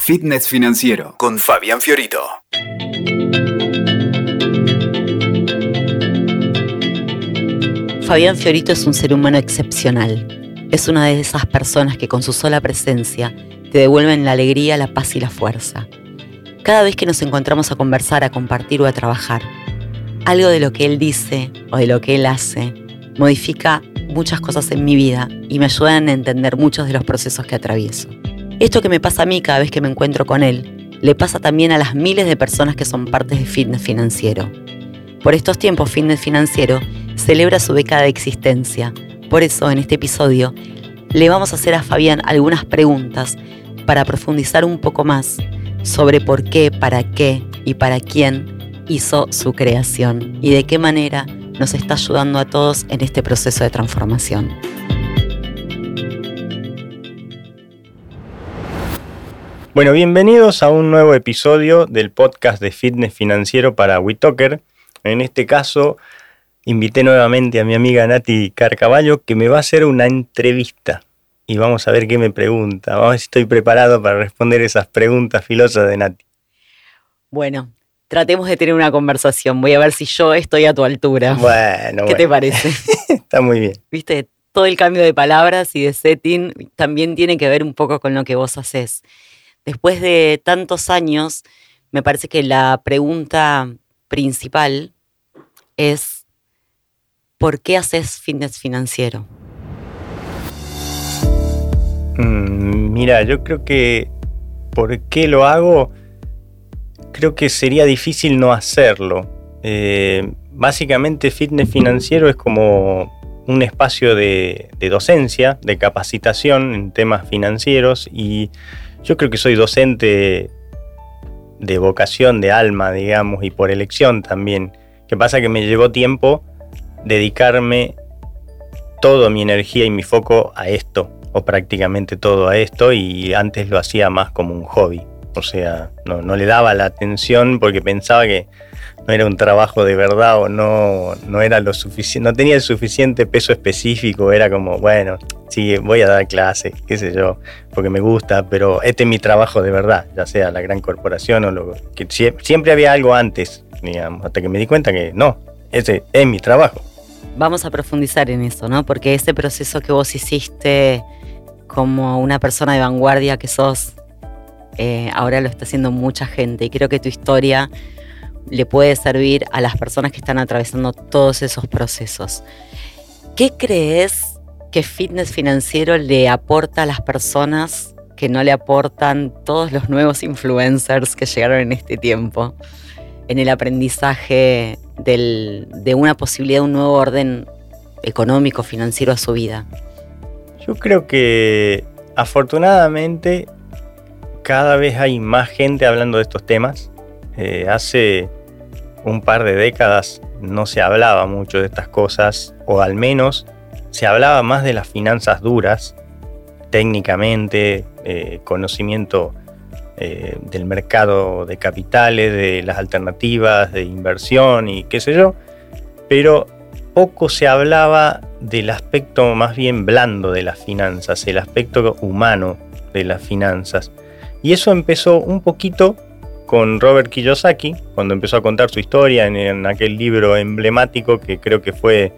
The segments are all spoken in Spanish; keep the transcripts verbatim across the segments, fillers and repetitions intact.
Fitness Financiero con Fabián Fiorito. Fabián Fiorito es un ser humano excepcional. Es una de esas personas que con su sola presencia te devuelven la alegría, la paz y la fuerza. Cada vez que nos encontramos a conversar, a compartir o a trabajar, algo de lo que él dice o de lo que él hace modifica muchas cosas en mi vida y me ayudan a entender muchos de los procesos que atravieso. Esto que me pasa a mí cada vez que me encuentro con él, le pasa también a las miles de personas que son partes de Fitness Financiero. Por estos tiempos, Fitness Financiero celebra su década de existencia. Por eso, en este episodio, le vamos a hacer a Fabián algunas preguntas para profundizar un poco más sobre por qué, para qué y para quién hizo su creación y de qué manera nos está ayudando a todos en este proceso de transformación. Bueno, bienvenidos a un nuevo episodio del podcast de Fitness Financiero para WeTalker. En este caso, invité nuevamente a mi amiga Nati Carcavallo, que me va a hacer una entrevista. Y vamos a ver qué me pregunta. Vamos a ver si estoy preparado para responder esas preguntas filosas de Nati. Bueno, tratemos de tener una conversación. Voy a ver si yo estoy a tu altura. Bueno, ¿Qué bueno. te parece? Está muy bien. Viste, todo el cambio de palabras y de setting también tiene que ver un poco con lo que vos haces. Después de tantos años, me parece que la pregunta principal es ¿por qué haces Fitness Financiero? Mm, mira, yo creo que ¿por qué lo hago? Creo que sería difícil no hacerlo. Eh, básicamente Fitness Financiero es como un espacio de, de docencia, de capacitación en temas financieros, y yo creo que soy docente de vocación, de alma, digamos, y por elección también. ¿Qué pasa? Que me llevó tiempo dedicarme toda mi energía y mi foco a esto, o prácticamente todo a esto, y antes lo hacía más como un hobby. O sea, no, no le daba la atención porque pensaba que no era un trabajo de verdad o no, no era lo suficiente, no tenía el suficiente peso específico. Era como, bueno, sí, voy a dar clases, qué sé yo, porque me gusta, pero este es mi trabajo de verdad, ya sea la gran corporación o lo que siempre había algo antes, digamos, hasta que me di cuenta que no, ese es mi trabajo. Vamos a profundizar en eso, ¿no? Porque ese proceso que vos hiciste como una persona de vanguardia que sos, eh, ahora lo está haciendo mucha gente, y creo que tu historia le puede servir a las personas que están atravesando todos esos procesos. ¿Qué crees que Fitness Financiero le aporta a las personas que no le aportan todos los nuevos influencers que llegaron en este tiempo, en el aprendizaje del, de una posibilidad de un nuevo orden económico, financiero a su vida? Yo creo que afortunadamente cada vez hay más gente hablando de estos temas. Eh, hace un par de décadas no se hablaba mucho de estas cosas, o al menos se hablaba más de las finanzas duras, técnicamente, eh, conocimiento eh, del mercado de capitales, de las alternativas de inversión y qué sé yo, pero poco se hablaba del aspecto más bien blando de las finanzas, el aspecto humano de las finanzas. Y eso empezó un poquito con Robert Kiyosaki, cuando empezó a contar su historia en, en aquel libro emblemático que creo que fue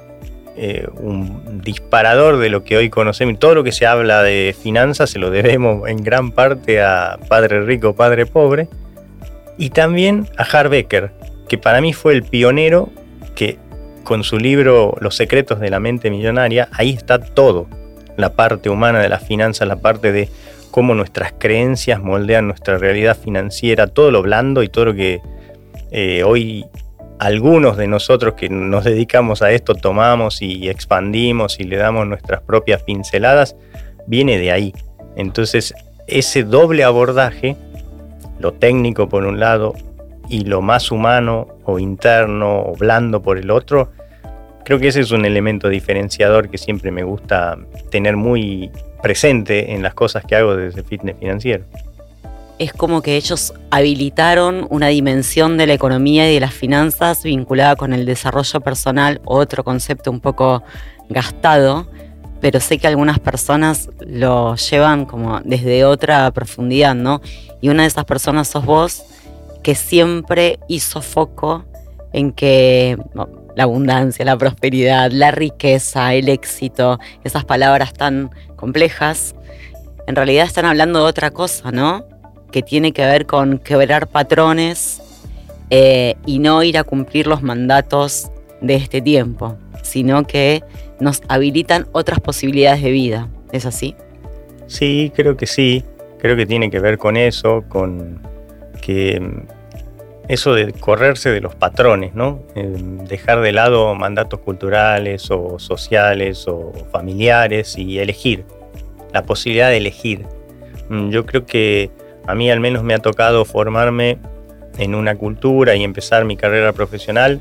eh, un disparador de lo que hoy conocemos. Todo lo que se habla de finanzas se lo debemos en gran parte a Padre Rico, Padre Pobre, y también a Hart Becker, que para mí fue el pionero, que con su libro Los secretos de la mente millonaria, ahí está todo, la parte humana de las finanzas, la parte de cómo nuestras creencias moldean nuestra realidad financiera, todo lo blando y todo lo que eh, hoy algunos de nosotros que nos dedicamos a esto tomamos y expandimos y le damos nuestras propias pinceladas, viene de ahí. Entonces, ese doble abordaje, lo técnico por un lado y lo más humano o interno o blando por el otro, creo que ese es un elemento diferenciador que siempre me gusta tener muy presente en las cosas que hago desde Fitness Financiero. Es como que ellos habilitaron una dimensión de la economía y de las finanzas vinculada con el desarrollo personal, otro concepto un poco gastado, pero sé que algunas personas lo llevan como desde otra profundidad, ¿no? Y una de esas personas sos vos, que siempre hizo foco en que no, la abundancia, la prosperidad, la riqueza, el éxito, esas palabras tan complejas, en realidad están hablando de otra cosa, ¿no? Que tiene que ver con quebrar patrones eh, y no ir a cumplir los mandatos de este tiempo, sino que nos habilitan otras posibilidades de vida. ¿Es así? Sí, creo que sí. Creo que tiene que ver con eso, con que eso de correrse de los patrones, ¿no? Eh, dejar de lado mandatos culturales o sociales o familiares y elegir, la posibilidad de elegir. Yo creo que a mí al menos me ha tocado formarme en una cultura y empezar mi carrera profesional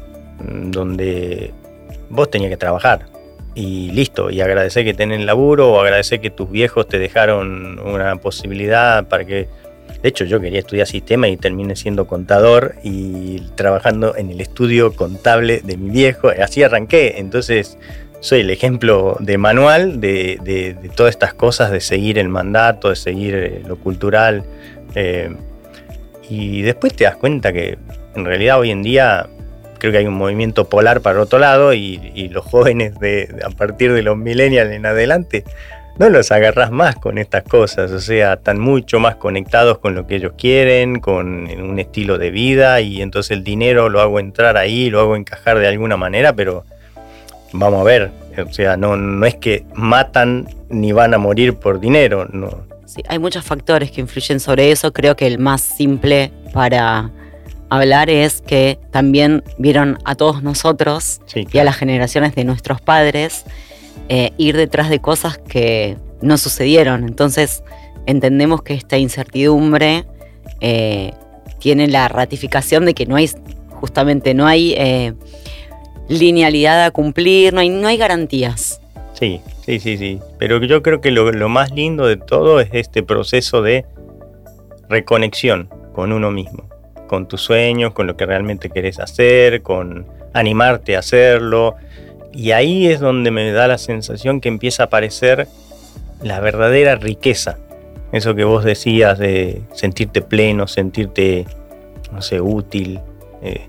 donde vos tenías que trabajar y listo, y agradecer que tenés laburo o agradecer que tus viejos te dejaron una posibilidad para que... De hecho, yo quería estudiar sistema y terminé siendo contador y trabajando en el estudio contable de mi viejo. Así arranqué. Entonces, soy el ejemplo de manual de, de, de todas estas cosas, de seguir el mandato, de seguir eh, lo cultural. Eh, y después te das cuenta que en realidad hoy en día creo que hay un movimiento polar para otro lado y, y los jóvenes de, de, a partir de los millennials en adelante no los agarrás más con estas cosas, o sea, están mucho más conectados con lo que ellos quieren, con un estilo de vida, y entonces el dinero lo hago entrar ahí, lo hago encajar de alguna manera, pero vamos a ver, o sea, no, no es que matan ni van a morir por dinero, no. Sí, hay muchos factores que influyen sobre eso. Creo que el más simple para hablar es que también vieron a todos nosotros, sí, claro, y a las generaciones de nuestros padres Eh, ir detrás de cosas que no sucedieron. Entonces entendemos que esta incertidumbre eh, tiene la ratificación de que no hay, justamente no hay eh, linealidad a cumplir, no hay, no hay garantías. Sí, sí, sí, sí. Pero yo creo que lo, lo más lindo de todo es este proceso de reconexión con uno mismo, con tus sueños, con lo que realmente querés hacer, con animarte a hacerlo. Y ahí es donde me da la sensación que empieza a aparecer la verdadera riqueza. Eso que vos decías de sentirte pleno, sentirte, no sé, útil. Eh,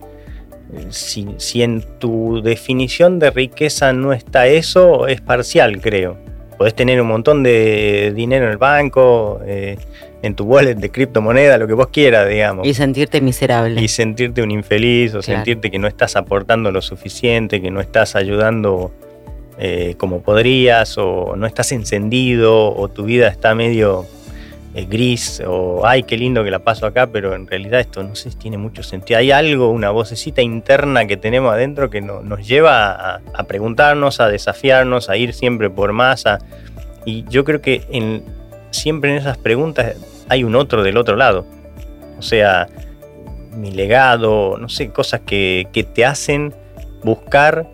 si, si en tu definición de riqueza no está eso, es parcial, creo. Podés tener un montón de dinero en el banco, eh, en tu wallet de criptomoneda, lo que vos quieras, digamos. Y sentirte miserable. Y sentirte un infeliz, o claro, sentirte que no estás aportando lo suficiente, que no estás ayudando eh, como podrías, o no estás encendido, o tu vida está medio eh, gris, o ay, qué lindo que la paso acá, pero en realidad esto no sé si tiene mucho sentido. Hay algo, una vocecita interna que tenemos adentro que no, nos lleva a, a preguntarnos, a desafiarnos, a ir siempre por más. A, y yo creo que en, siempre en esas preguntas hay un otro del otro lado. O sea, mi legado, no sé, cosas que, que te hacen buscar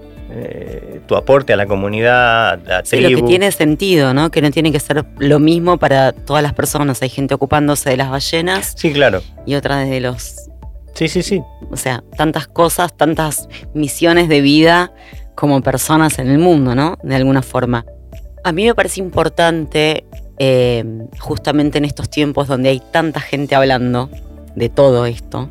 eh, tu aporte a la comunidad, a la sí, tribu. Lo que tiene sentido, ¿no? Que no tiene que ser lo mismo para todas las personas. Hay gente ocupándose de las ballenas. Sí, claro. Y otra de los... Sí, sí, sí. O sea, tantas cosas, tantas misiones de vida como personas en el mundo, ¿no? De alguna forma. A mí me parece importante... Eh, justamente en estos tiempos donde hay tanta gente hablando de todo esto,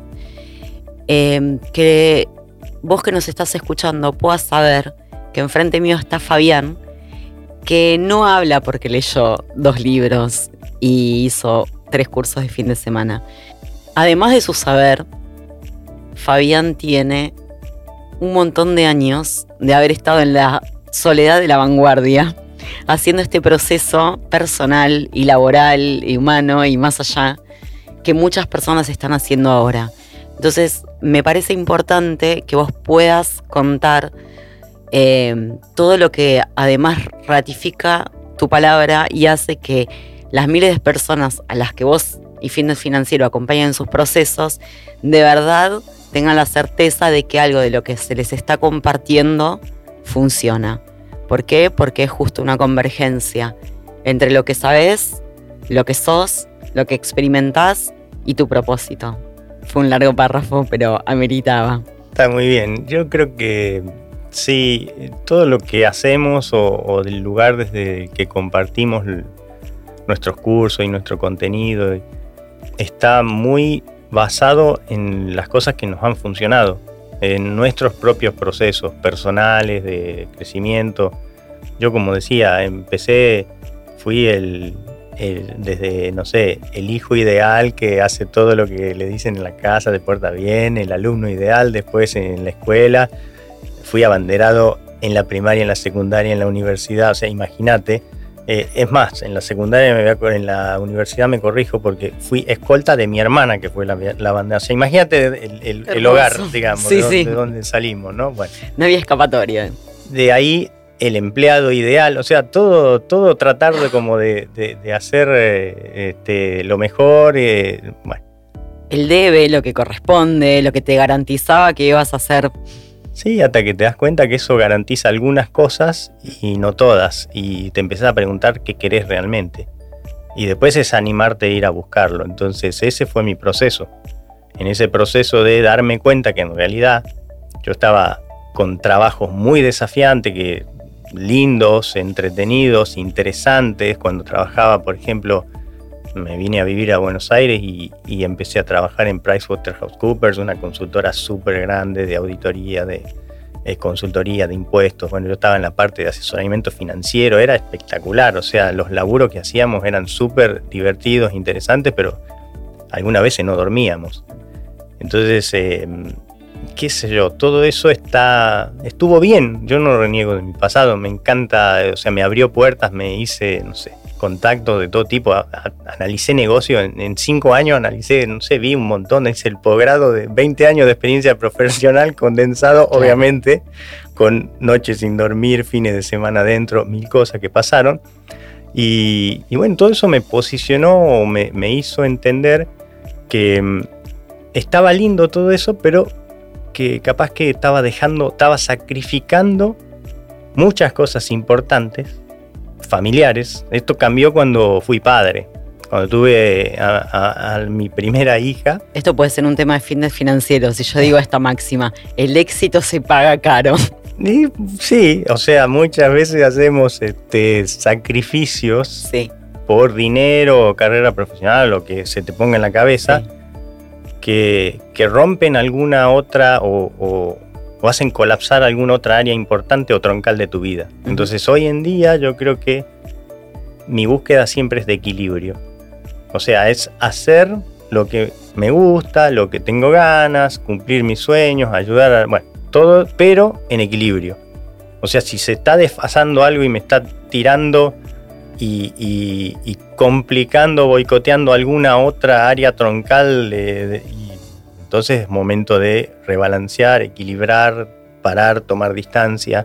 eh, que vos que nos estás escuchando puedas saber que enfrente mío está Fabián, que no habla porque leyó dos libros y hizo tres cursos de fin de semana. Además de su saber, Fabián tiene un montón de años de haber estado en la soledad de la vanguardia, haciendo este proceso personal y laboral y humano y más allá que muchas personas están haciendo ahora. Entonces me parece importante que vos puedas contar eh, todo lo que además ratifica tu palabra y hace que las miles de personas a las que vos y Fin Financiero acompañan en sus procesos de verdad tengan la certeza de que algo de lo que se les está compartiendo funciona. ¿Por qué? Porque es justo una convergencia entre lo que sabes, lo que sos, lo que experimentás y tu propósito. Fue un largo párrafo, pero ameritaba. Está muy bien. Yo creo que Sí, todo lo que hacemos o, o del lugar desde que compartimos l- nuestros cursos y nuestro contenido está muy basado en las cosas que nos han funcionado, en nuestros propios procesos personales de crecimiento. Yo, como decía, empecé, fui el, el desde, no sé, el hijo ideal que hace todo lo que le dicen en la casa, se porta bien, el alumno ideal, después en la escuela. Fui abanderado en la primaria, en la secundaria, en la universidad, o sea, imagínate. Eh, es más, en la secundaria, me voy a, en la universidad me corrijo porque fui escolta de mi hermana que fue la, la abanderada. O sea, imagínate el, el, el hogar, digamos, sí, de, sí. de donde salimos, ¿no? Bueno, No había escapatoria. de ahí el empleado ideal, o sea, todo, todo tratar de como de, de, de hacer eh, este, lo mejor, eh, bueno. El debe, lo que corresponde, lo que te garantizaba que ibas a hacer. Sí, hasta que te das cuenta que eso garantiza algunas cosas y no todas, y te empezás a preguntar qué querés realmente. Y después es animarte a ir a buscarlo. Entonces ese fue mi proceso. En ese proceso de darme cuenta que en realidad yo estaba con trabajos muy desafiantes, que, lindos, entretenidos, interesantes. Cuando trabajaba, por ejemplo, me vine a vivir a Buenos Aires y, y empecé a trabajar en PricewaterhouseCoopers, una consultora súper grande de auditoría, de eh, consultoría de impuestos. Bueno, yo estaba en la parte de asesoramiento financiero, era espectacular. O sea, los laburos que hacíamos eran súper divertidos, interesantes, pero algunas veces no dormíamos. Entonces, eh, qué sé yo, todo eso está, estuvo bien. Yo no reniego de mi pasado, me encanta, o sea, me abrió puertas, me hice, no sé, contactos de todo tipo, a, a, analicé negocio, en, en cinco años analicé, no sé, vi un montón, hice el posgrado de veinte años de experiencia profesional condensado, claro. Obviamente, con noches sin dormir, fines de semana adentro, mil cosas que pasaron. Y, y bueno, todo eso me posicionó, me, me hizo entender que um, estaba lindo todo eso, pero que capaz que estaba dejando, estaba sacrificando muchas cosas importantes, familiares. Esto cambió cuando fui padre, cuando tuve a, a, a mi primera hija. Esto puede ser un tema de fitness financiero, si yo digo esta máxima, el éxito se paga caro. Y, sí, o sea, muchas veces hacemos este, sacrificios sí. por dinero o carrera profesional, lo que se te ponga en la cabeza, sí. que, que rompen alguna otra o, o o hacen colapsar alguna otra área importante o troncal de tu vida. Uh-huh. Entonces hoy en día yo creo que mi búsqueda siempre es de equilibrio. O sea, es hacer lo que me gusta, lo que tengo ganas, cumplir mis sueños, ayudar a... Bueno, todo, pero en equilibrio. O sea, si se está desfasando algo y me está tirando y, y, y complicando, boicoteando alguna otra área troncal de... de y, entonces es momento de rebalancear, equilibrar, parar, tomar distancia.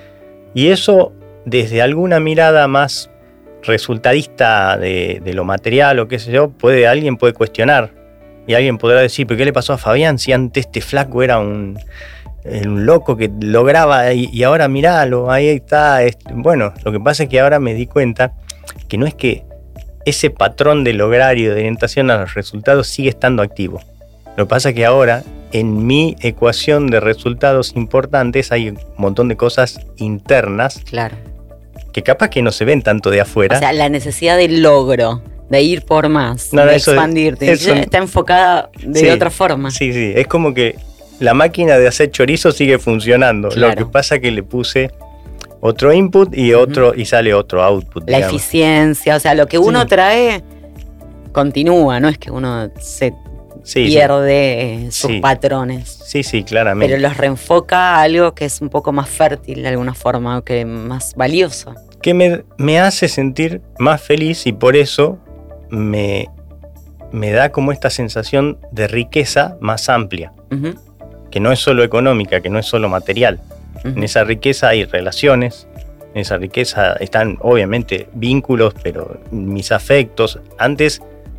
Y eso, desde alguna mirada más resultadista de, de lo material o qué sé yo, puede, alguien puede cuestionar. Y alguien podrá decir, ¿pero qué le pasó a Fabián si antes este flaco era un, un loco que lograba y, y ahora miralo, ahí está? Este. Bueno, lo que pasa es que ahora me di cuenta que no es que ese patrón de lograr y de orientación a los resultados sigue estando activo. Lo que pasa es que ahora, en mi ecuación de resultados importantes, hay un montón de cosas internas. Claro. Que capaz que no se ven tanto de afuera. O sea, la necesidad del logro, de ir por más, no, no, de eso, expandirte. Eso, está enfocada de sí, otra forma. Sí, sí. Es como que la máquina de hacer chorizo sigue funcionando. Claro. Lo que pasa es que le puse otro input y otro uh-huh. y sale otro output. La digamos. Eficiencia, o sea, lo que uno sí. trae continúa, no es que uno se... Sí, pierde sí. sus sí. patrones. Sí, sí, claramente. Pero los reenfoca a algo que es un poco más fértil de alguna forma, o que más valioso. Que me, me hace sentir más feliz y por eso me, me da como esta sensación de riqueza más amplia. Uh-huh. Que no es solo económica, que no es solo material. Uh-huh. En esa riqueza hay relaciones, en esa riqueza están obviamente vínculos, pero mis afectos. Antes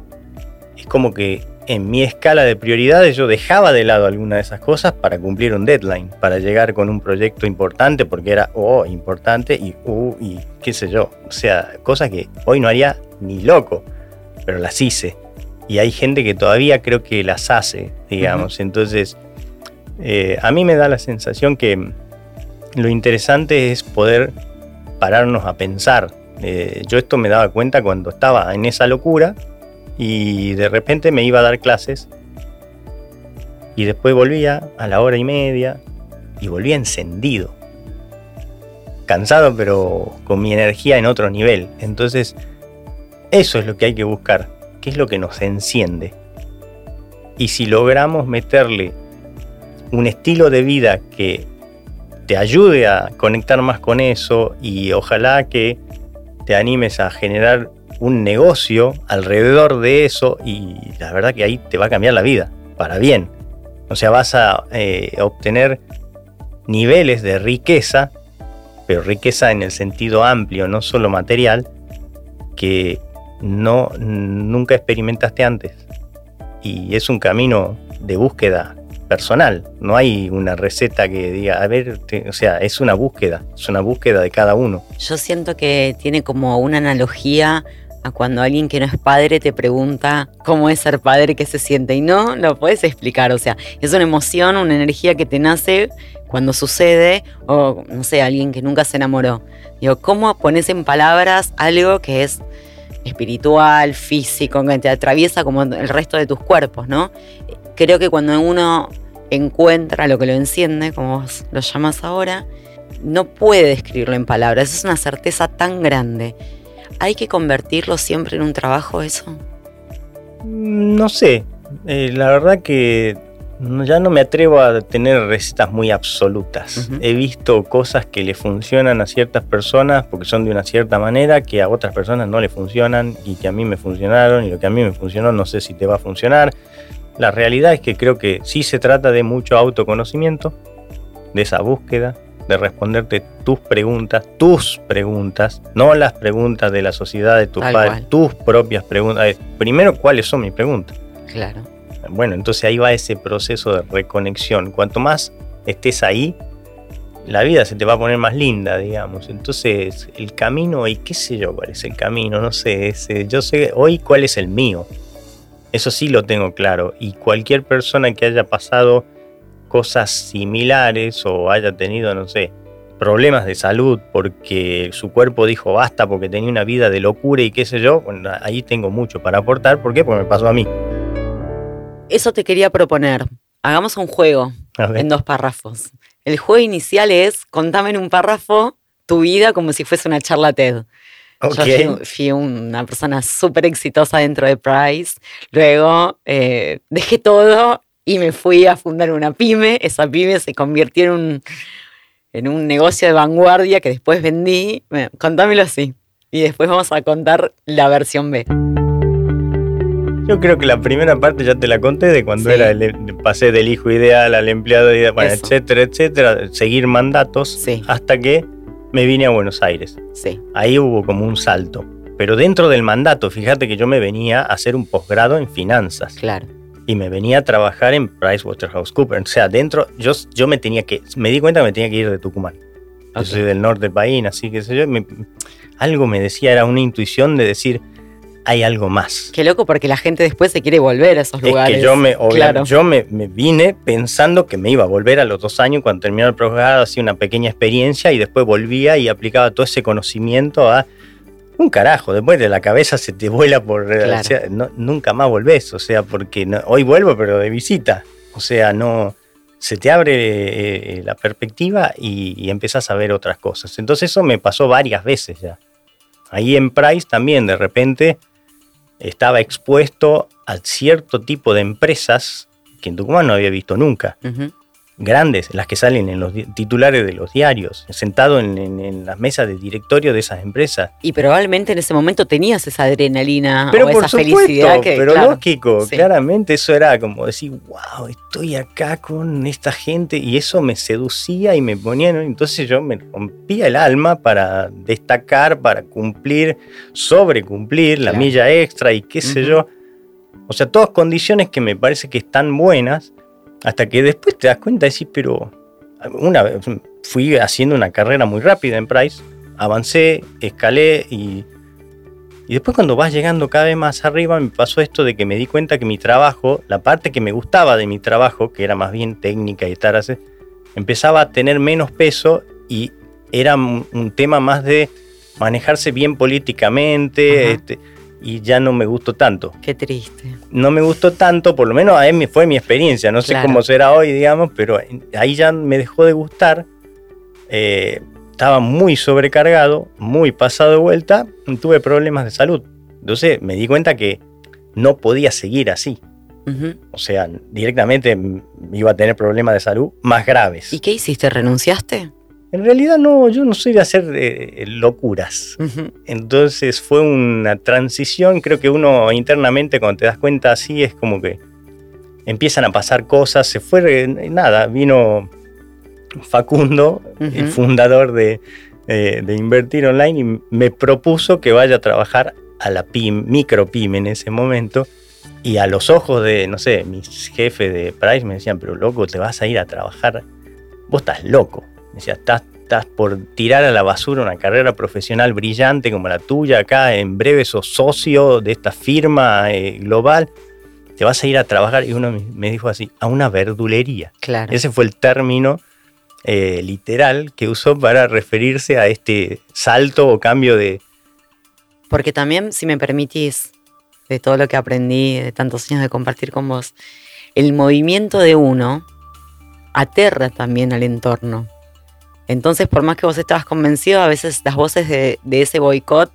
es como que en mi escala de prioridades yo dejaba de lado alguna de esas cosas para cumplir un deadline, para llegar con un proyecto importante porque era, oh, importante y, uh, y qué sé yo. O sea, cosas que hoy no haría ni loco, pero las hice. Y hay gente que todavía creo que las hace, digamos. Uh-huh. Entonces, eh, a mí me da la sensación que lo interesante es poder pararnos a pensar. Eh, yo esto me daba cuenta cuando estaba en esa locura y de repente me iba a dar clases y después volvía a la hora y media y volvía encendido, cansado pero con mi energía en otro nivel. Entonces eso es lo que hay que buscar, qué es lo que nos enciende. Y si logramos meterle un estilo de vida que te ayude a conectar más con eso y ojalá que te animes a generar un negocio alrededor de eso, y la verdad que ahí te va a cambiar la vida, para bien. O sea, vas a eh, obtener niveles de riqueza, pero riqueza en el sentido amplio, no solo material, que no, nunca experimentaste antes. Y es un camino de búsqueda personal, no hay una receta que diga, a ver, te, o sea, es una búsqueda, es una búsqueda de cada uno. Yo siento que tiene como una analogía a cuando alguien que no es padre te pregunta cómo es ser padre, qué se siente, y no lo puedes explicar. O sea, es una emoción, una energía que te nace cuando sucede, o no sé, alguien que nunca se enamoró. Digo, ¿cómo pones en palabras algo que es espiritual, físico, que te atraviesa como el resto de tus cuerpos, ¿no? Creo que cuando uno encuentra lo que lo enciende, como vos lo llamas ahora, no puede describirlo en palabras. Es una certeza tan grande. ¿Hay que convertirlo siempre en un trabajo eso? No sé. Eh, la verdad que ya no me atrevo a tener recetas muy absolutas. Uh-huh. He visto cosas que le funcionan a ciertas personas porque son de una cierta manera, que a otras personas no le funcionan y que a mí me funcionaron, y lo que a mí me funcionó no sé si te va a funcionar. La realidad es que creo que sí se trata de mucho autoconocimiento, de esa búsqueda, de responderte tus preguntas, tus preguntas, no las preguntas de la sociedad, de tus padres, tus propias preguntas. Primero, ¿cuáles son mis preguntas? Claro. Bueno, entonces ahí va ese proceso de reconexión. Cuanto más estés ahí, la vida se te va a poner más linda, digamos. Entonces, el camino, y qué sé yo cuál es el camino, no sé, ese, yo sé hoy cuál es el mío. Eso sí lo tengo claro, y cualquier persona que haya pasado cosas similares o haya tenido, no sé, problemas de salud porque su cuerpo dijo basta porque tenía una vida de locura y qué sé yo, bueno, ahí tengo mucho para aportar. ¿Por qué? Porque me pasó a mí. Eso te quería proponer. Hagamos un juego en dos párrafos. El juego inicial es contame en un párrafo tu vida como si fuese una charla TED. Okay. Yo fui, fui una persona súper exitosa dentro de Price. Luego eh, dejé todo y me fui a fundar una pyme. Esa pyme se convirtió en un, en un negocio de vanguardia que después vendí. Bueno, contámelo así. Y después vamos a contar la versión B. Yo creo que la primera parte ya te la conté, de cuando sí. era el, pasé del hijo ideal al empleado ideal, bueno, etcétera, etcétera, seguir mandatos, sí. hasta que me vine a Buenos Aires. Sí. Ahí hubo como un salto. Pero dentro del mandato, fíjate que yo me venía a hacer un posgrado en finanzas. Claro. Y me venía a trabajar en PricewaterhouseCoopers. O sea, dentro, yo, yo me tenía que, me di cuenta que me tenía que ir de Tucumán. Okay. Yo soy del norte del país, así que sé yo. Me, algo me decía, era una intuición de decir, hay algo más. Qué loco, porque la gente después se quiere volver a esos lugares. Es que yo me, claro. yo me, me vine pensando que me iba a volver a los dos años cuando terminó el posgrado, hacía una pequeña experiencia y después volvía y aplicaba todo ese conocimiento a un carajo. Después de la cabeza se te vuela por... Claro. O sea, no, nunca más volvés, o sea, porque no, hoy vuelvo pero de visita. O sea, no... se te abre eh, la perspectiva y, y empezás a ver otras cosas. Entonces eso me pasó varias veces ya. Ahí en Price también de repente estaba expuesto a cierto tipo de empresas que en Tucumán no había visto nunca. Uh-huh. Grandes, las que salen en los di- titulares de los diarios, sentado en, en, en las mesas de directorio de esas empresas. Y probablemente en ese momento tenías esa adrenalina pero o por esa supuesto, felicidad. Que, pero claro, lógico, sí. claramente eso era como decir, wow, estoy acá con esta gente, y eso me seducía y me ponía, ¿no? Entonces yo me rompía el alma para destacar, para cumplir, sobrecumplir la claro. milla extra y qué uh-huh. sé yo. O sea, todas condiciones que me parece que están buenas, hasta que después te das cuenta y decís, pero una vez fui haciendo una carrera muy rápida en Price, avancé, escalé y, y después cuando vas llegando cada vez más arriba me pasó esto de que me di cuenta que mi trabajo, la parte que me gustaba de mi trabajo, que era más bien técnica y estar así, empezaba a tener menos peso y era un, un tema más de manejarse bien políticamente, este, y ya no me gustó tanto. Qué triste. No me gustó tanto, por lo menos a mí fue mi experiencia, no sé claro. cómo será hoy, digamos, pero ahí ya me dejó de gustar. Eh, estaba muy sobrecargado, muy pasado de vuelta, tuve problemas de salud. Entonces me di cuenta que no podía seguir así. Uh-huh. O sea, directamente iba a tener problemas de salud más graves. ¿Y qué hiciste? ¿Renunciaste? En realidad no, yo no soy de hacer eh, locuras. Uh-huh. Entonces fue una transición, creo que uno internamente cuando te das cuenta así es como que empiezan a pasar cosas, se fue, nada, vino Facundo, uh-huh. el fundador de, eh, de Invertir Online, y me propuso que vaya a trabajar a la pyme, micro pyme en ese momento, y a los ojos de, no sé, mis jefes de Price me decían, pero loco, te vas a ir a trabajar, vos estás loco. Me decía, estás, estás por tirar a la basura una carrera profesional brillante como la tuya, acá en breve sos socio de esta firma eh, global, te vas a ir a trabajar, y uno me dijo así, a una verdulería. Claro. Ese fue el término eh, literal que usó para referirse a este salto o cambio de... Porque también, si me permitís, de todo lo que aprendí, de tantos años de compartir con vos, el movimiento de uno aterra también al entorno. Entonces, por más que vos estabas convencido, a veces las voces de, de ese boicot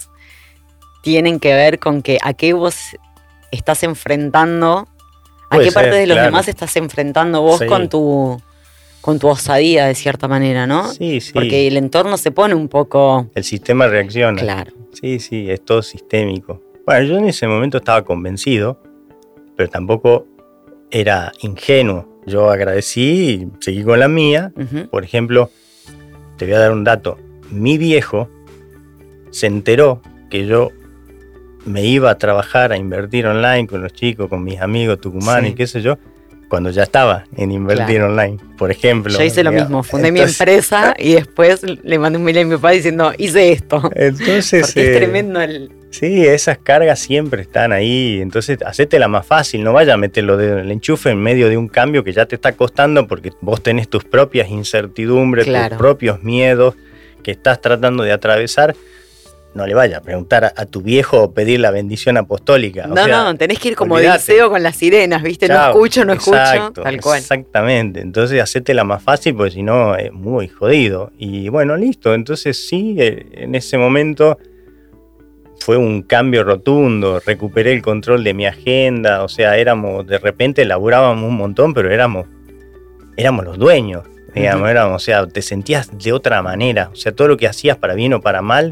tienen que ver con que a qué vos estás enfrentando, a Puede qué parte ser, de los claro. demás estás enfrentando vos sí. con tu con tu osadía, de cierta manera, ¿no? Sí, sí. Porque el entorno se pone un poco... El sistema reacciona. Claro. Sí, sí, es todo sistémico. Bueno, yo en ese momento estaba convencido, pero tampoco era ingenuo. Yo agradecí y seguí con la mía. Uh-huh. Por ejemplo, te voy a dar un dato. Mi viejo se enteró que yo me iba a trabajar a Invertir Online con los chicos, con mis amigos tucumanos sí. y qué sé yo, cuando ya estaba en Invertir claro. Online, por ejemplo. Yo hice lo digamos. mismo, fundé Entonces, mi empresa y después le mandé un mail a mi papá diciendo, hice esto. Entonces, Porque eh, es tremendo el... Sí, esas cargas siempre están ahí, entonces hacétela más fácil, no vaya a meterlo de el enchufe en medio de un cambio que ya te está costando porque vos tenés tus propias incertidumbres, claro. tus propios miedos que estás tratando de atravesar. No le vaya a preguntar a, a tu viejo o pedir la bendición apostólica. No, o sea, no, tenés que ir como Odiseo con las sirenas, ¿viste? Chao, no escucho, no exacto, escucho, tal cual. Exactamente, entonces hacétela más fácil porque si no es muy jodido. Y bueno, listo, entonces sí, en ese momento fue un cambio rotundo, recuperé el control de mi agenda, o sea, éramos, de repente laburábamos un montón, pero éramos, éramos los dueños, digamos, uh-huh. éramos, o sea, te sentías de otra manera, o sea, todo lo que hacías para bien o para mal,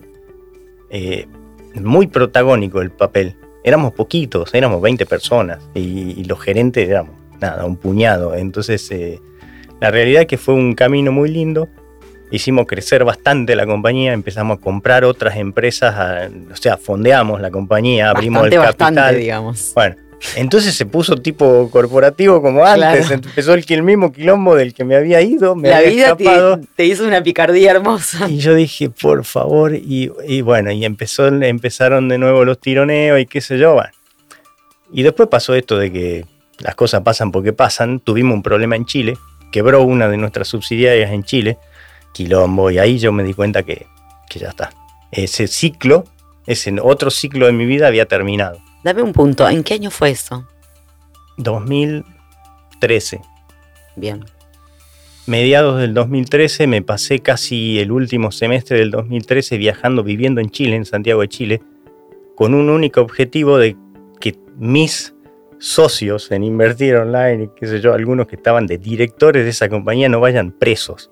Eh, muy protagónico el papel. Éramos poquitos, éramos veinte personas y, y los gerentes éramos nada, un puñado. Entonces eh, la realidad es que fue un camino muy lindo. Hicimos crecer bastante la compañía, empezamos a comprar otras empresas, a, o sea, fondeamos la compañía, abrimos bastante, el capital. Bastante, digamos. Bueno, entonces se puso tipo corporativo como antes, claro. Empezó el, el mismo quilombo del que me había ido, me la había vida escapado. Te, te hizo una picardía hermosa. Y yo dije, por favor, y, y bueno, y empezó, empezaron de nuevo los tironeos y qué sé yo, bueno. Y después pasó esto de que las cosas pasan porque pasan, tuvimos un problema en Chile, quebró una de nuestras subsidiarias en Chile, quilombo, y ahí yo me di cuenta que, que ya está. Ese ciclo, ese otro ciclo de mi vida había terminado. Dame un punto, ¿en qué año fue eso? dos mil trece. Bien. Mediados del dos mil trece, me pasé casi el último semestre del dos mil trece viajando, viviendo en Chile, en Santiago de Chile, con un único objetivo de que mis socios en Invertir Online, qué sé yo, algunos que estaban de directores de esa compañía, no vayan presos.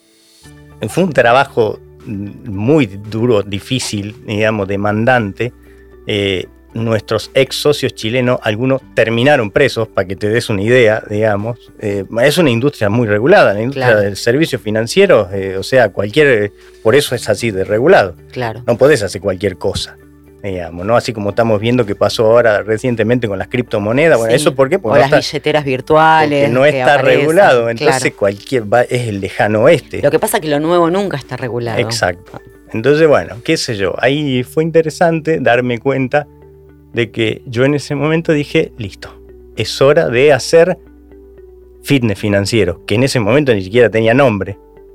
Fue un trabajo muy duro, difícil, digamos, demandante. Eh, nuestros ex socios chilenos, algunos terminaron presos, para que te des una idea, digamos. Eh, es una industria muy regulada, la industria claro. del servicio financiero, eh, o sea, cualquier, por eso es así de regulado. Claro. No podés hacer cualquier cosa, digamos, ¿no? Así como estamos viendo que pasó ahora recientemente con las criptomonedas. Bueno, sí. ¿Eso por qué? Porque o no las está, billeteras virtuales. Porque no está aparecen, regulado, entonces claro. cualquier va, es el lejano oeste. Lo que pasa es que lo nuevo nunca está regulado. Exacto. Entonces, bueno, qué sé yo, ahí fue interesante darme cuenta de que yo en ese momento dije, listo, es hora de hacer fitness financiero, que en ese momento ni siquiera tenía nombre,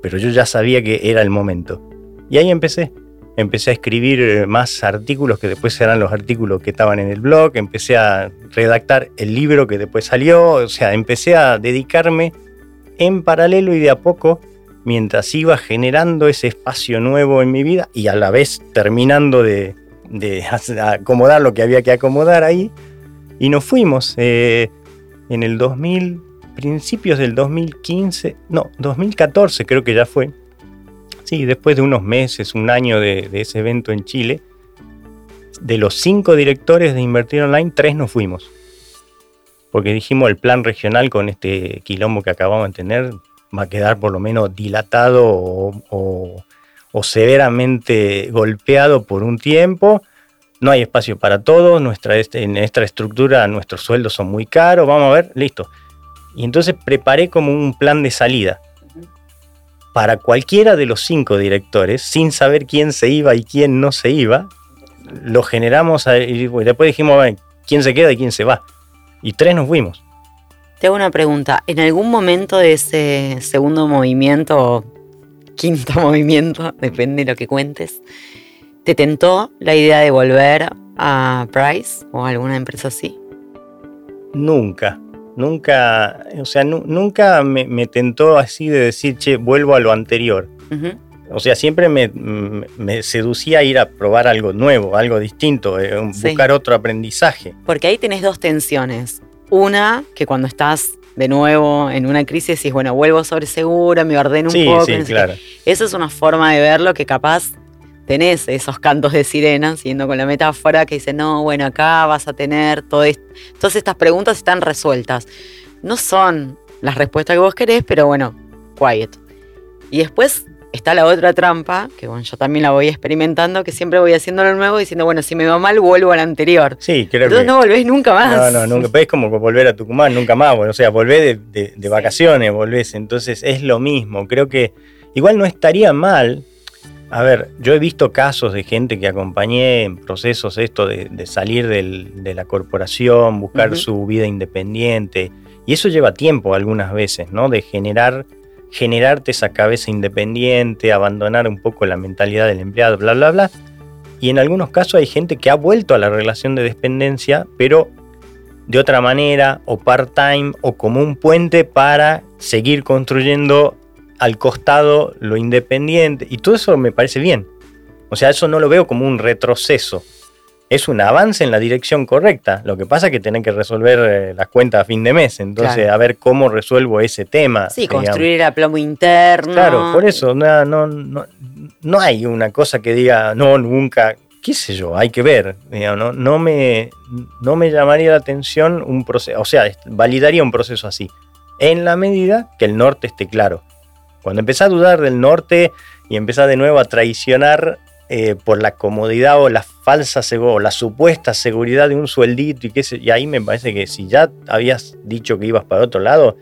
pero yo ya sabía que era el momento. Y ahí empecé. Empecé a escribir más artículos que después serán los artículos que estaban en el blog. Empecé a redactar el libro que después salió. O sea, empecé a dedicarme en paralelo y de a poco, mientras iba generando ese espacio nuevo en mi vida y a la vez terminando de, de acomodar lo que había que acomodar ahí. Y nos fuimos eh, en el dos mil, principios del dos mil quince, no, dos mil catorce creo que ya fue. Sí, después de unos meses, un año de, de ese evento en Chile, de los cinco directores de Invertir Online, tres nos fuimos. Porque dijimos, el plan regional con este quilombo que acabamos de tener va a quedar por lo menos dilatado o, o, o severamente golpeado por un tiempo. No hay espacio para todos, nuestra, en nuestra estructura nuestros sueldos son muy caros, vamos a ver, listo. Y entonces preparé como un plan de salida para cualquiera de los cinco directores, sin saber quién se iba y quién no se iba. Lo generamos y después dijimos, bueno, quién se queda y quién se va. Y tres nos fuimos. Te hago una pregunta. ¿En algún momento de ese segundo movimiento o quinto movimiento, depende de lo que cuentes, te tentó la idea de volver a Price o a alguna empresa así? Nunca. Nunca, o sea, nu- nunca me, me tentó así de decir, che, vuelvo a lo anterior. Uh-huh. O sea, siempre me, me, me seducía a ir a probar algo nuevo, algo distinto, eh, sí. buscar otro aprendizaje. Porque ahí tenés dos tensiones. Una, que cuando estás de nuevo en una crisis decís, bueno, vuelvo sobre segura, me ordeno un sí, poco. Sí, no sé claro. Qué. Esa es una forma de verlo que capaz tenés esos cantos de sirena, siguiendo con la metáfora, que dicen, no, bueno, acá vas a tener todo esto. Todas estas preguntas están resueltas. No son las respuestas que vos querés, pero bueno, quiet. Y después está la otra trampa, que bueno, yo también la voy experimentando, que siempre voy haciendo lo nuevo, diciendo, bueno, si me va mal, vuelvo al anterior. Sí, creo Entonces que... no volvés nunca más. No, no, nunca. Es como volver a Tucumán, nunca más. Bueno, o sea, volvés de, de, de vacaciones, volvés. Entonces es lo mismo. Creo que igual no estaría mal. A ver, yo he visto casos de gente que acompañé en procesos esto de, de salir del, de la corporación, buscar uh-huh. su vida independiente, y eso lleva tiempo algunas veces, ¿no? De generar, generarte esa cabeza independiente, abandonar un poco la mentalidad del empleado, bla, bla, bla. Y en algunos casos hay gente que ha vuelto a la relación de dependencia, pero de otra manera, o part-time, o como un puente para seguir construyendo al costado lo independiente, y todo eso me parece bien. O sea, eso no lo veo como un retroceso, es un avance en la dirección correcta. Lo que pasa es que tenés que resolver eh, las cuentas a fin de mes, entonces claro. a ver cómo resuelvo ese tema. Sí, digamos. Construir el aplomo interno. Claro, por eso no, no, no, no hay una cosa que diga no, nunca, qué sé yo, hay que ver. Digamos, no, no, me, no me llamaría la atención un proceso, o sea, validaría un proceso así, en la medida que el norte esté claro. Cuando empezás a dudar del norte y empezás de nuevo a traicionar eh, por la comodidad o la falsa seguridad o la supuesta seguridad de un sueldito y qué sé, y ahí me parece que si ya habías dicho que ibas para otro lado,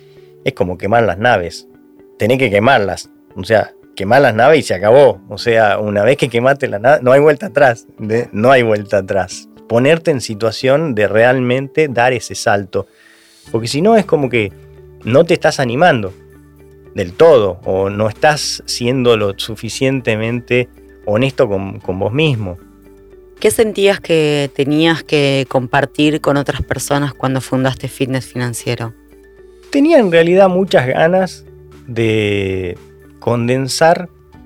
es como quemar las naves. Tenés que quemarlas. O sea, quemar las naves y se acabó. O sea, una vez que quemaste la nave, no hay vuelta atrás. ¿De? No hay vuelta atrás. Ponerte en situación de realmente dar ese salto. Porque si no es como que no te estás animando del todo, o no estás siendo lo suficientemente honesto con, con vos mismo. ¿Qué sentías que tenías que compartir con otras personas cuando fundaste Fitness Financiero? Tenía en realidad muchas ganas de condensar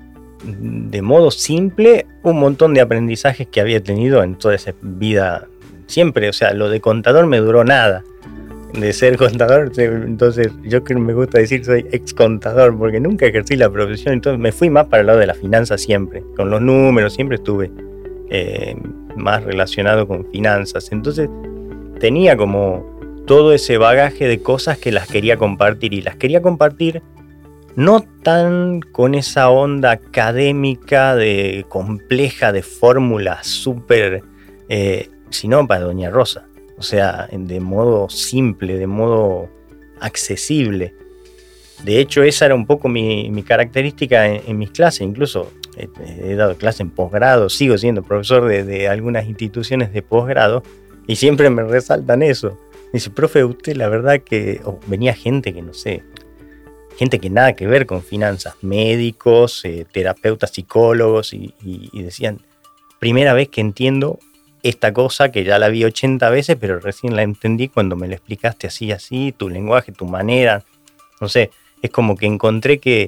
de modo simple un montón de aprendizajes que había tenido en toda esa vida siempre. O sea, lo de contador me duró nada. De ser contador, entonces yo creo que me gusta decir soy ex contador porque nunca ejercí la profesión, entonces me fui más para el lado de la finanza siempre, con los números, siempre estuve eh, más relacionado con finanzas, entonces tenía como todo ese bagaje de cosas que las quería compartir y las quería compartir no tan con esa onda académica de compleja de fórmulas súper, eh, sino para Doña Rosa. O sea, de modo simple, de modo accesible. De hecho, esa era un poco mi, mi característica en, en mis clases. Incluso he, he dado clases en posgrado, sigo siendo profesor de, de algunas instituciones de posgrado y siempre me resaltan eso. Me dice, profe, usted la verdad que... Oh, venía gente que no sé, gente que nada que ver con finanzas, médicos, eh, terapeutas, psicólogos, y, y, y decían, primera vez que entiendo esta cosa que ya la vi ochenta veces, pero recién la entendí cuando me la explicaste así, así, tu lenguaje, tu manera. No sé, es como que encontré que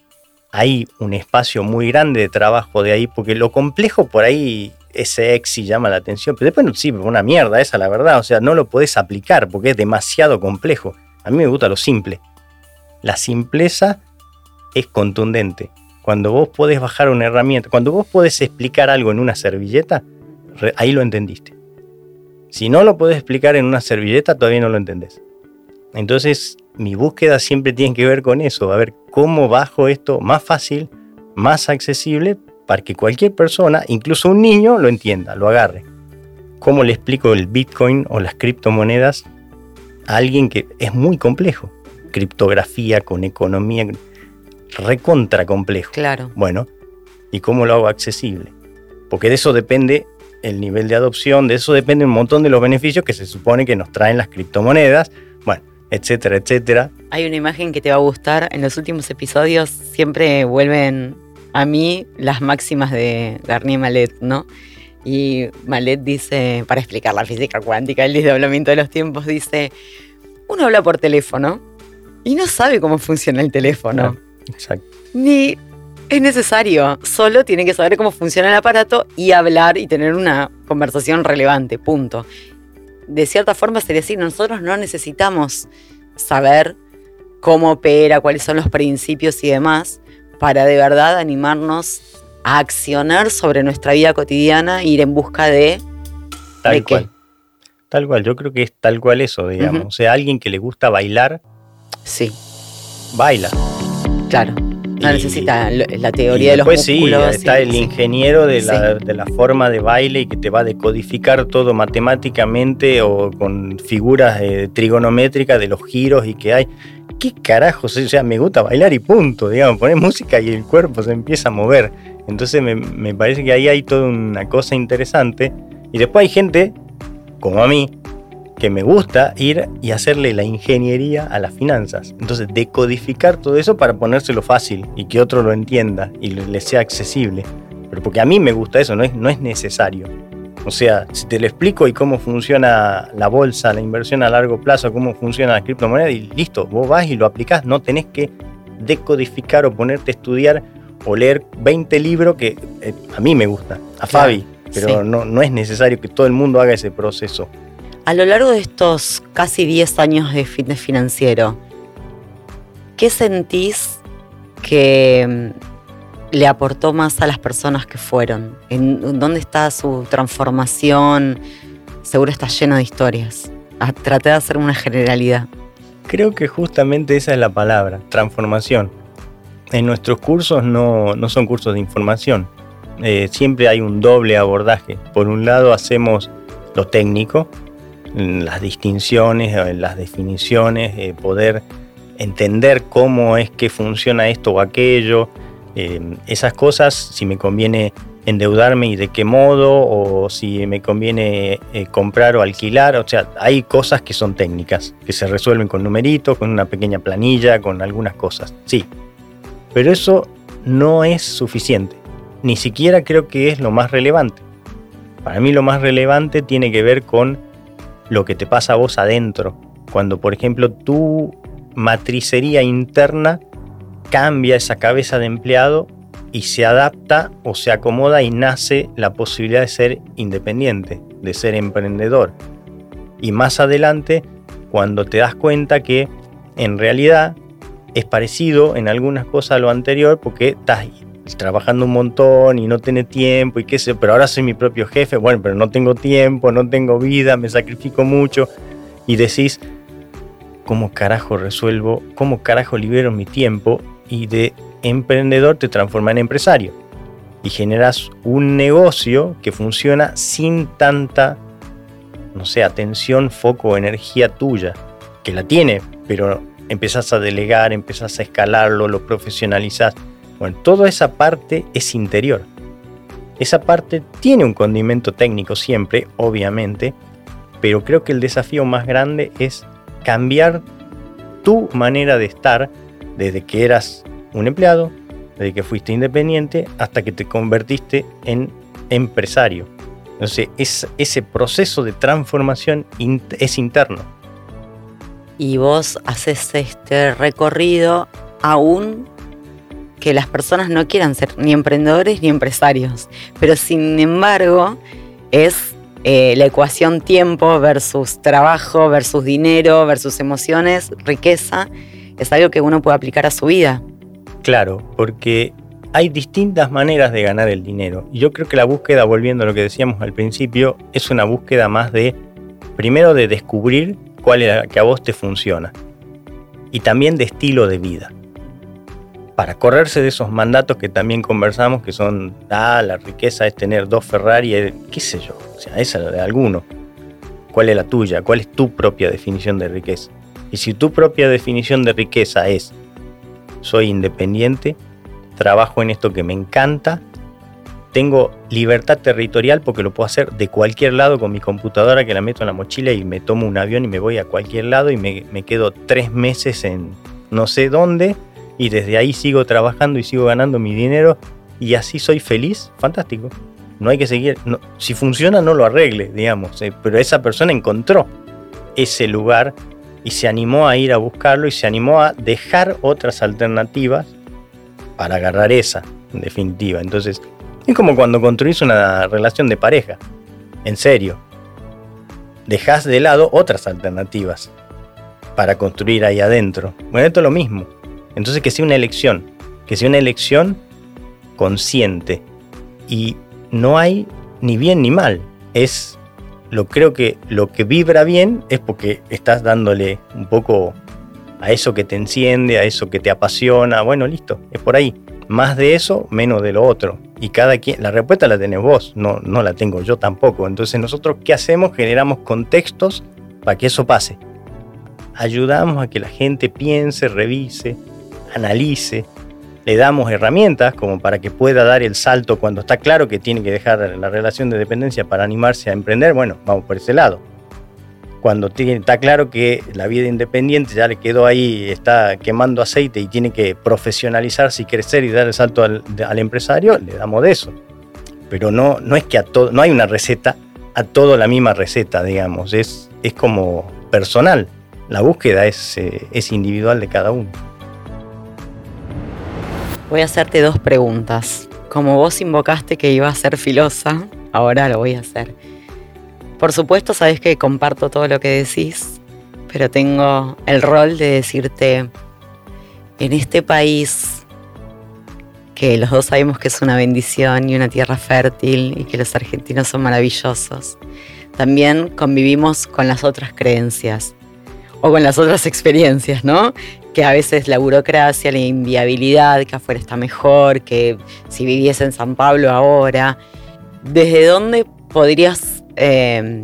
hay un espacio muy grande de trabajo de ahí, porque lo complejo por ahí es sexy, llama la atención, pero después no sirve una mierda esa, la verdad. O sea, no lo podés aplicar porque es demasiado complejo. A mí me gusta lo simple. La simpleza es contundente. Cuando vos podés bajar una herramienta, cuando vos podés explicar algo en una servilleta, ahí lo entendiste. Si no lo podés explicar en una servilleta, todavía no lo entendés. Entonces, mi búsqueda siempre tiene que ver con eso, a ver cómo bajo esto más fácil, más accesible, para que cualquier persona, incluso un niño, lo entienda, lo agarre. ¿Cómo le explico el Bitcoin o las criptomonedas a alguien que es muy complejo? Criptografía con economía, recontra complejo. Claro. Bueno, ¿y cómo lo hago accesible? Porque de eso depende el nivel de adopción, de eso depende un montón de los beneficios que se supone que nos traen las criptomonedas, bueno, etcétera, etcétera. Hay una imagen que te va a gustar. En los últimos episodios siempre vuelven a mí las máximas de Garnier Mallet, ¿no? Y Mallet dice, para explicar la física cuántica, el desdoblamiento de los tiempos, dice, uno habla por teléfono y no sabe cómo funciona el teléfono. Claro, exacto. Ni es necesario, solo tiene que saber cómo funciona el aparato y hablar y tener una conversación relevante, punto. De cierta forma sería decir, nosotros no necesitamos saber cómo opera, cuáles son los principios y demás, para de verdad animarnos a accionar sobre nuestra vida cotidiana e ir en busca de... Tal ¿de cual. qué? Tal cual, yo creo que es tal cual eso, digamos. Uh-huh. O sea, alguien que le gusta bailar, sí, baila. Claro. No y, necesita la teoría de los músculos. Sí, está y, el sí. ingeniero de la, sí. de la forma de baile y que te va a decodificar todo matemáticamente o con figuras eh, trigonométricas de los giros y que hay. ¿Qué carajos? O sea, me gusta bailar y punto, digamos. Poner música y el cuerpo se empieza a mover. Entonces me, me parece que ahí hay toda una cosa interesante. Y después hay gente, como a mí, que me gusta ir y hacerle la ingeniería a las finanzas. Entonces, decodificar todo eso para ponérselo fácil y que otro lo entienda y le sea accesible. Pero porque a mí me gusta eso, no es, no es necesario. O sea, si te lo explico y cómo funciona la bolsa, la inversión a largo plazo, cómo funciona la criptomoneda y listo, vos vas y lo aplicás. No tenés que decodificar o ponerte a estudiar o leer veinte libros que eh, a mí me gusta, a claro, Fabi, pero sí. no, no es necesario que todo el mundo haga ese proceso. A lo largo de estos casi diez años de fitness financiero, ¿qué sentís que le aportó más a las personas que fueron? ¿En dónde está su transformación? Seguro está lleno de historias. Traté de hacer una generalidad. Creo que justamente esa es la palabra, transformación. En nuestros cursos no, no son cursos de información. Eh, siempre hay un doble abordaje. Por un lado hacemos lo técnico, las distinciones, las definiciones, eh, poder entender cómo es que funciona esto o aquello, eh, esas cosas, si me conviene endeudarme y de qué modo, o si me conviene eh, comprar o alquilar, o sea, hay cosas que son técnicas, que se resuelven con numeritos, con una pequeña planilla, con algunas cosas, sí, pero eso no es suficiente, ni siquiera creo que es lo más relevante. Para mí lo más relevante tiene que ver con lo que te pasa a vos adentro, cuando por ejemplo tu matricería interna cambia esa cabeza de empleado y se adapta o se acomoda y nace la posibilidad de ser independiente, de ser emprendedor. Y más adelante, cuando te das cuenta que en realidad es parecido en algunas cosas a lo anterior porque estás trabajando un montón y no tenés tiempo y qué sé, pero ahora soy mi propio jefe, bueno, pero no tengo tiempo, no tengo vida, me sacrifico mucho y decís, ¿cómo carajo resuelvo? ¿Cómo carajo libero mi tiempo? Y de emprendedor te transforma en empresario y generas un negocio que funciona sin tanta, no sé, atención, foco, energía tuya, que la tiene, pero empezás a delegar, empezás a escalarlo, lo profesionalizás. Bueno, toda esa parte es interior. Esa parte tiene un condimento técnico siempre, obviamente, pero creo que el desafío más grande es cambiar tu manera de estar desde que eras un empleado, desde que fuiste independiente, hasta que te convertiste en empresario. Entonces, es, ese proceso de transformación in, es interno. Y vos haces este recorrido aún que las personas no quieran ser ni emprendedores ni empresarios, pero sin embargo es eh, la ecuación tiempo versus trabajo, versus dinero, versus emociones, riqueza, es algo que uno puede aplicar a su vida. Claro, porque hay distintas maneras de ganar el dinero. Y yo creo que la búsqueda, volviendo a lo que decíamos al principio, es una búsqueda más de, primero de descubrir cuál es la que a vos te funciona. Y también de estilo de vida. Para correrse de esos mandatos que también conversamos, que son, ah, la riqueza es tener dos Ferrari, qué sé yo, o sea, esa es la de alguno. ¿Cuál es la tuya? ¿Cuál es tu propia definición de riqueza? Y si tu propia definición de riqueza es, soy independiente, trabajo en esto que me encanta, tengo libertad territorial porque lo puedo hacer de cualquier lado con mi computadora que la meto en la mochila y me tomo un avión y me voy a cualquier lado y me, me quedo tres meses en no sé dónde y desde ahí sigo trabajando y sigo ganando mi dinero y así soy feliz, fantástico. No hay que seguir, no, si funciona no lo arregle, digamos, eh, pero esa persona encontró ese lugar y se animó a ir a buscarlo y se animó a dejar otras alternativas para agarrar esa, en definitiva. Entonces, es como cuando construís una relación de pareja, en serio. Dejás de lado otras alternativas para construir ahí adentro. Bueno, esto es lo mismo. Entonces, que sea una elección, que sea una elección consciente. Y no hay ni bien ni mal. Es, lo creo que lo que vibra bien es porque estás dándole un poco a eso que te enciende, a eso que te apasiona. Bueno, listo, es por ahí. Más de eso, menos de lo otro. Y cada quien, la respuesta la tenés vos, no, no la tengo yo tampoco. Entonces nosotros, ¿qué hacemos? Generamos contextos para que eso pase. Ayudamos a que la gente piense, revise, analice. Le damos herramientas como para que pueda dar el salto cuando está claro que tiene que dejar la relación de dependencia para animarse a emprender. Bueno, vamos por ese lado. Cuando tiene, está claro que la vida independiente ya le quedó ahí, está quemando aceite y tiene que profesionalizarse y crecer y dar el salto al, al empresario, le damos de eso. Pero no, no es que a todo, no hay una receta, a todo la misma receta, digamos, es, es como personal. La búsqueda es, eh, es individual de cada uno. Voy a hacerte dos preguntas. Como vos invocaste que iba a ser filosa, ahora lo voy a hacer. Por supuesto, sabés que comparto todo lo que decís, pero tengo el rol de decirte, en este país, que los dos sabemos que es una bendición y una tierra fértil y que los argentinos son maravillosos, también convivimos con las otras creencias o con las otras experiencias, ¿no? Que a veces la burocracia, la inviabilidad, que afuera está mejor, que si viviese en San Pablo ahora. ¿Desde dónde podrías Eh,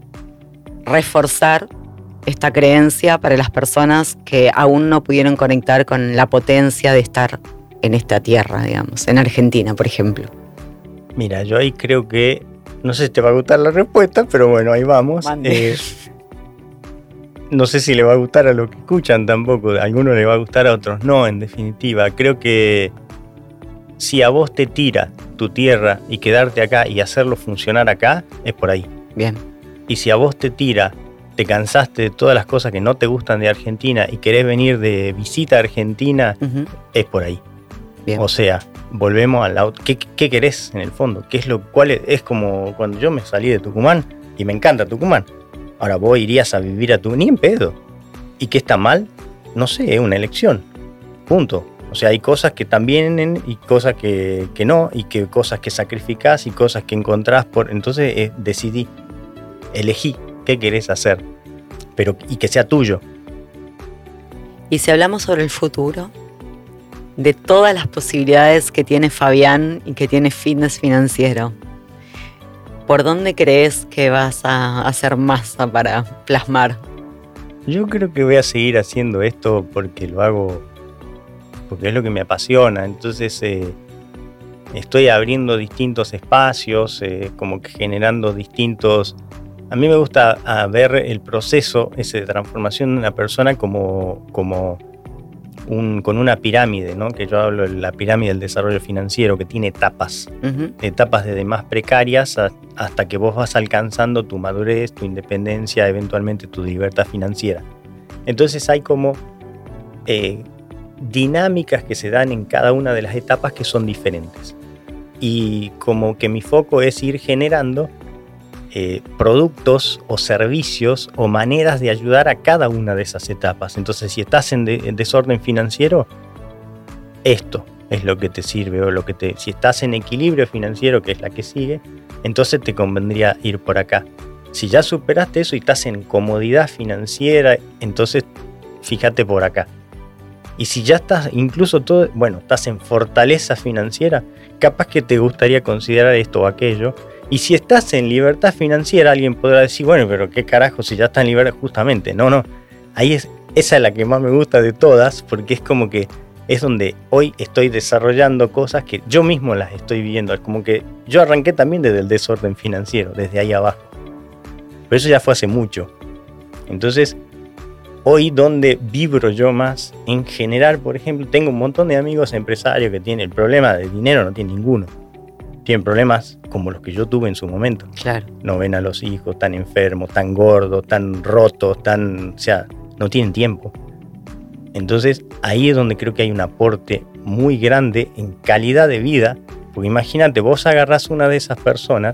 reforzar esta creencia para las personas que aún no pudieron conectar con la potencia de estar en esta tierra, digamos, en Argentina, por ejemplo? Mira, yo ahí creo que, no sé si te va a gustar la respuesta, pero bueno, ahí vamos. Eh, no sé si le va a gustar a los que escuchan tampoco, a algunos le va a gustar, a otros no, en definitiva. Creo que si a vos te tira tu tierra y quedarte acá y hacerlo funcionar acá, es por ahí. Bien. Y si a vos te tira, te cansaste de todas las cosas que no te gustan de Argentina y querés venir de visita a Argentina, uh-huh. es por ahí. Bien. O sea, volvemos al auto. ¿Qué, ¿Qué querés en el fondo? ¿Qué es lo cual es, es como cuando yo me salí de Tucumán y me encanta Tucumán. Ahora vos irías a vivir a Tucumán, ni en pedo. ¿Y qué está mal? No sé, es una elección. Punto. O sea, hay cosas que están bien y cosas que, que no, y que cosas que sacrificás y cosas que encontrás. Por, entonces eh, decidí, elegí qué querés hacer, pero y que sea tuyo. Y si hablamos sobre el futuro, de todas las posibilidades que tiene Fabián y que tiene Fitness Financiero, ¿por dónde crees que vas a hacer masa para plasmar? Yo creo que voy a seguir haciendo esto porque lo hago... porque es lo que me apasiona. Entonces eh, estoy abriendo distintos espacios, eh, como que generando distintos... A mí me gusta a ver el proceso ese de transformación de una persona como, como, un, con una pirámide, ¿no? Que yo hablo de la pirámide del desarrollo financiero, que tiene etapas, uh-huh. etapas desde más precarias a, hasta que vos vas alcanzando tu madurez, tu independencia, eventualmente tu libertad financiera. Entonces hay como eh, dinámicas que se dan en cada una de las etapas que son diferentes. Y como que mi foco es ir generando Eh, productos o servicios o maneras de ayudar a cada una de esas etapas. Entonces, si estás en, de, en desorden financiero, esto es lo que te sirve, o lo que te, si estás en equilibrio financiero, que es la que sigue, entonces te convendría ir por acá. Si ya superaste eso y estás en comodidad financiera, entonces fíjate por acá. Y si ya estás incluso todo, bueno, estás en fortaleza financiera, capaz que te gustaría considerar esto o aquello. Y si estás en libertad financiera, alguien podrá decir, bueno, pero qué carajo si ya está en libertad, justamente. No, no, ahí es, esa es la que más me gusta de todas, porque es como que es donde hoy estoy desarrollando cosas que yo mismo las estoy viviendo. Es como que yo arranqué también desde el desorden financiero, desde ahí abajo. Pero eso ya fue hace mucho. Entonces, hoy donde vibro yo más, en general, por ejemplo, tengo un montón de amigos empresarios que tienen el problema de dinero, no tienen ninguno. Tienen problemas como los que yo tuve en su momento. Claro. No ven a los hijos tan enfermos, tan gordos, tan rotos, tan, o sea, no tienen tiempo. Entonces, ahí es donde creo que hay un aporte muy grande en calidad de vida, porque imagínate, vos agarrás una de esas personas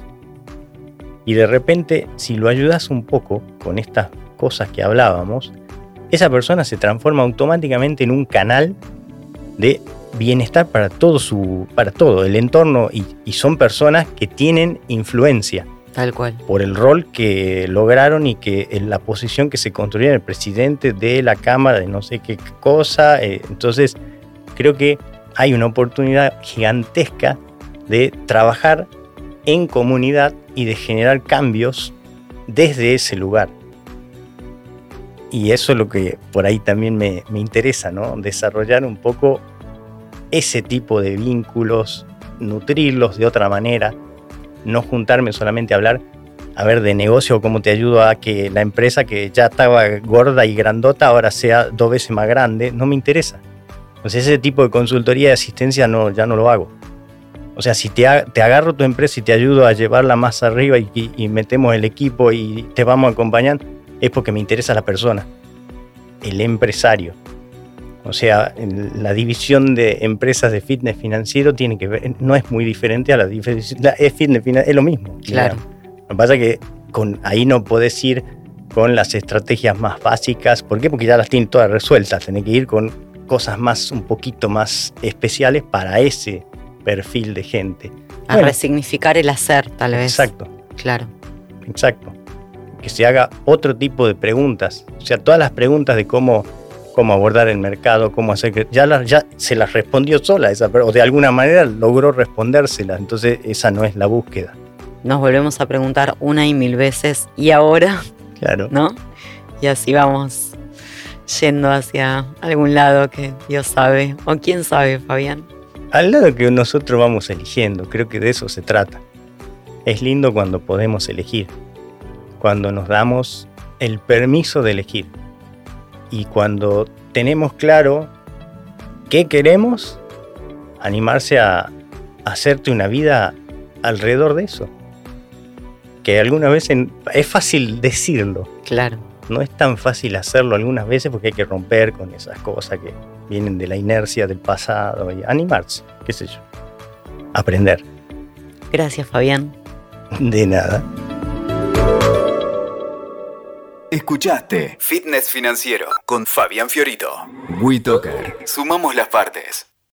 y de repente, si lo ayudas un poco con estas cosas que hablábamos, esa persona se transforma automáticamente en un canal de bienestar para todo su, para todo el entorno, y, y son personas que tienen influencia. Tal cual. Por el rol que lograron y que en la posición que se construyeron, el presidente de la Cámara de no sé qué cosa. Eh, entonces, creo que hay una oportunidad gigantesca de trabajar en comunidad y de generar cambios desde ese lugar. Y eso es lo que por ahí también me, me interesa, ¿no? Desarrollar un poco ese tipo de vínculos, nutrirlos de otra manera, no juntarme solamente a hablar, a ver, de negocio, cómo te ayudo a que la empresa que ya estaba gorda y grandota ahora sea dos veces más grande. No me interesa. Entonces ese tipo de consultoría de asistencia no, ya no lo hago. O sea, si te, te agarro tu empresa y te ayudo a llevarla más arriba y, y, y metemos el equipo y te vamos a acompañar, es porque me interesa la persona, el empresario. O sea, la división de empresas de fitness financiero tiene que ver, no es muy diferente a la división, es fitness financiero, es lo mismo. Claro. Lo que pasa es que con, ahí no podés ir con las estrategias más básicas. ¿Por qué? Porque ya las tienes todas resueltas. Tenés que ir con cosas más, un poquito más especiales para ese perfil de gente. A bueno, resignificar el hacer, tal vez. Exacto. Claro. Exacto. Que se haga otro tipo de preguntas. O sea, todas las preguntas de cómo... cómo abordar el mercado, cómo hacer que... Ya, la, ya se las respondió sola, esa, o de alguna manera logró respondérselas, entonces esa no es la búsqueda. Nos volvemos a preguntar una y mil veces, ¿y ahora? Claro. ¿No? Y así vamos yendo hacia algún lado que Dios sabe, o quién sabe, Fabián. Al lado que nosotros vamos eligiendo, creo que de eso se trata. Es lindo cuando podemos elegir, cuando nos damos el permiso de elegir. Y cuando tenemos claro qué queremos, animarse a, a hacerte una vida alrededor de eso. Que algunas veces es fácil decirlo. Claro. No es tan fácil hacerlo algunas veces porque hay que romper con esas cosas que vienen de la inercia del pasado y animarse, qué sé yo. Aprender. Gracias, Fabián. De nada. Escuchaste Fitness Financiero con Fabián Fiorito. WeToker. Sumamos las partes.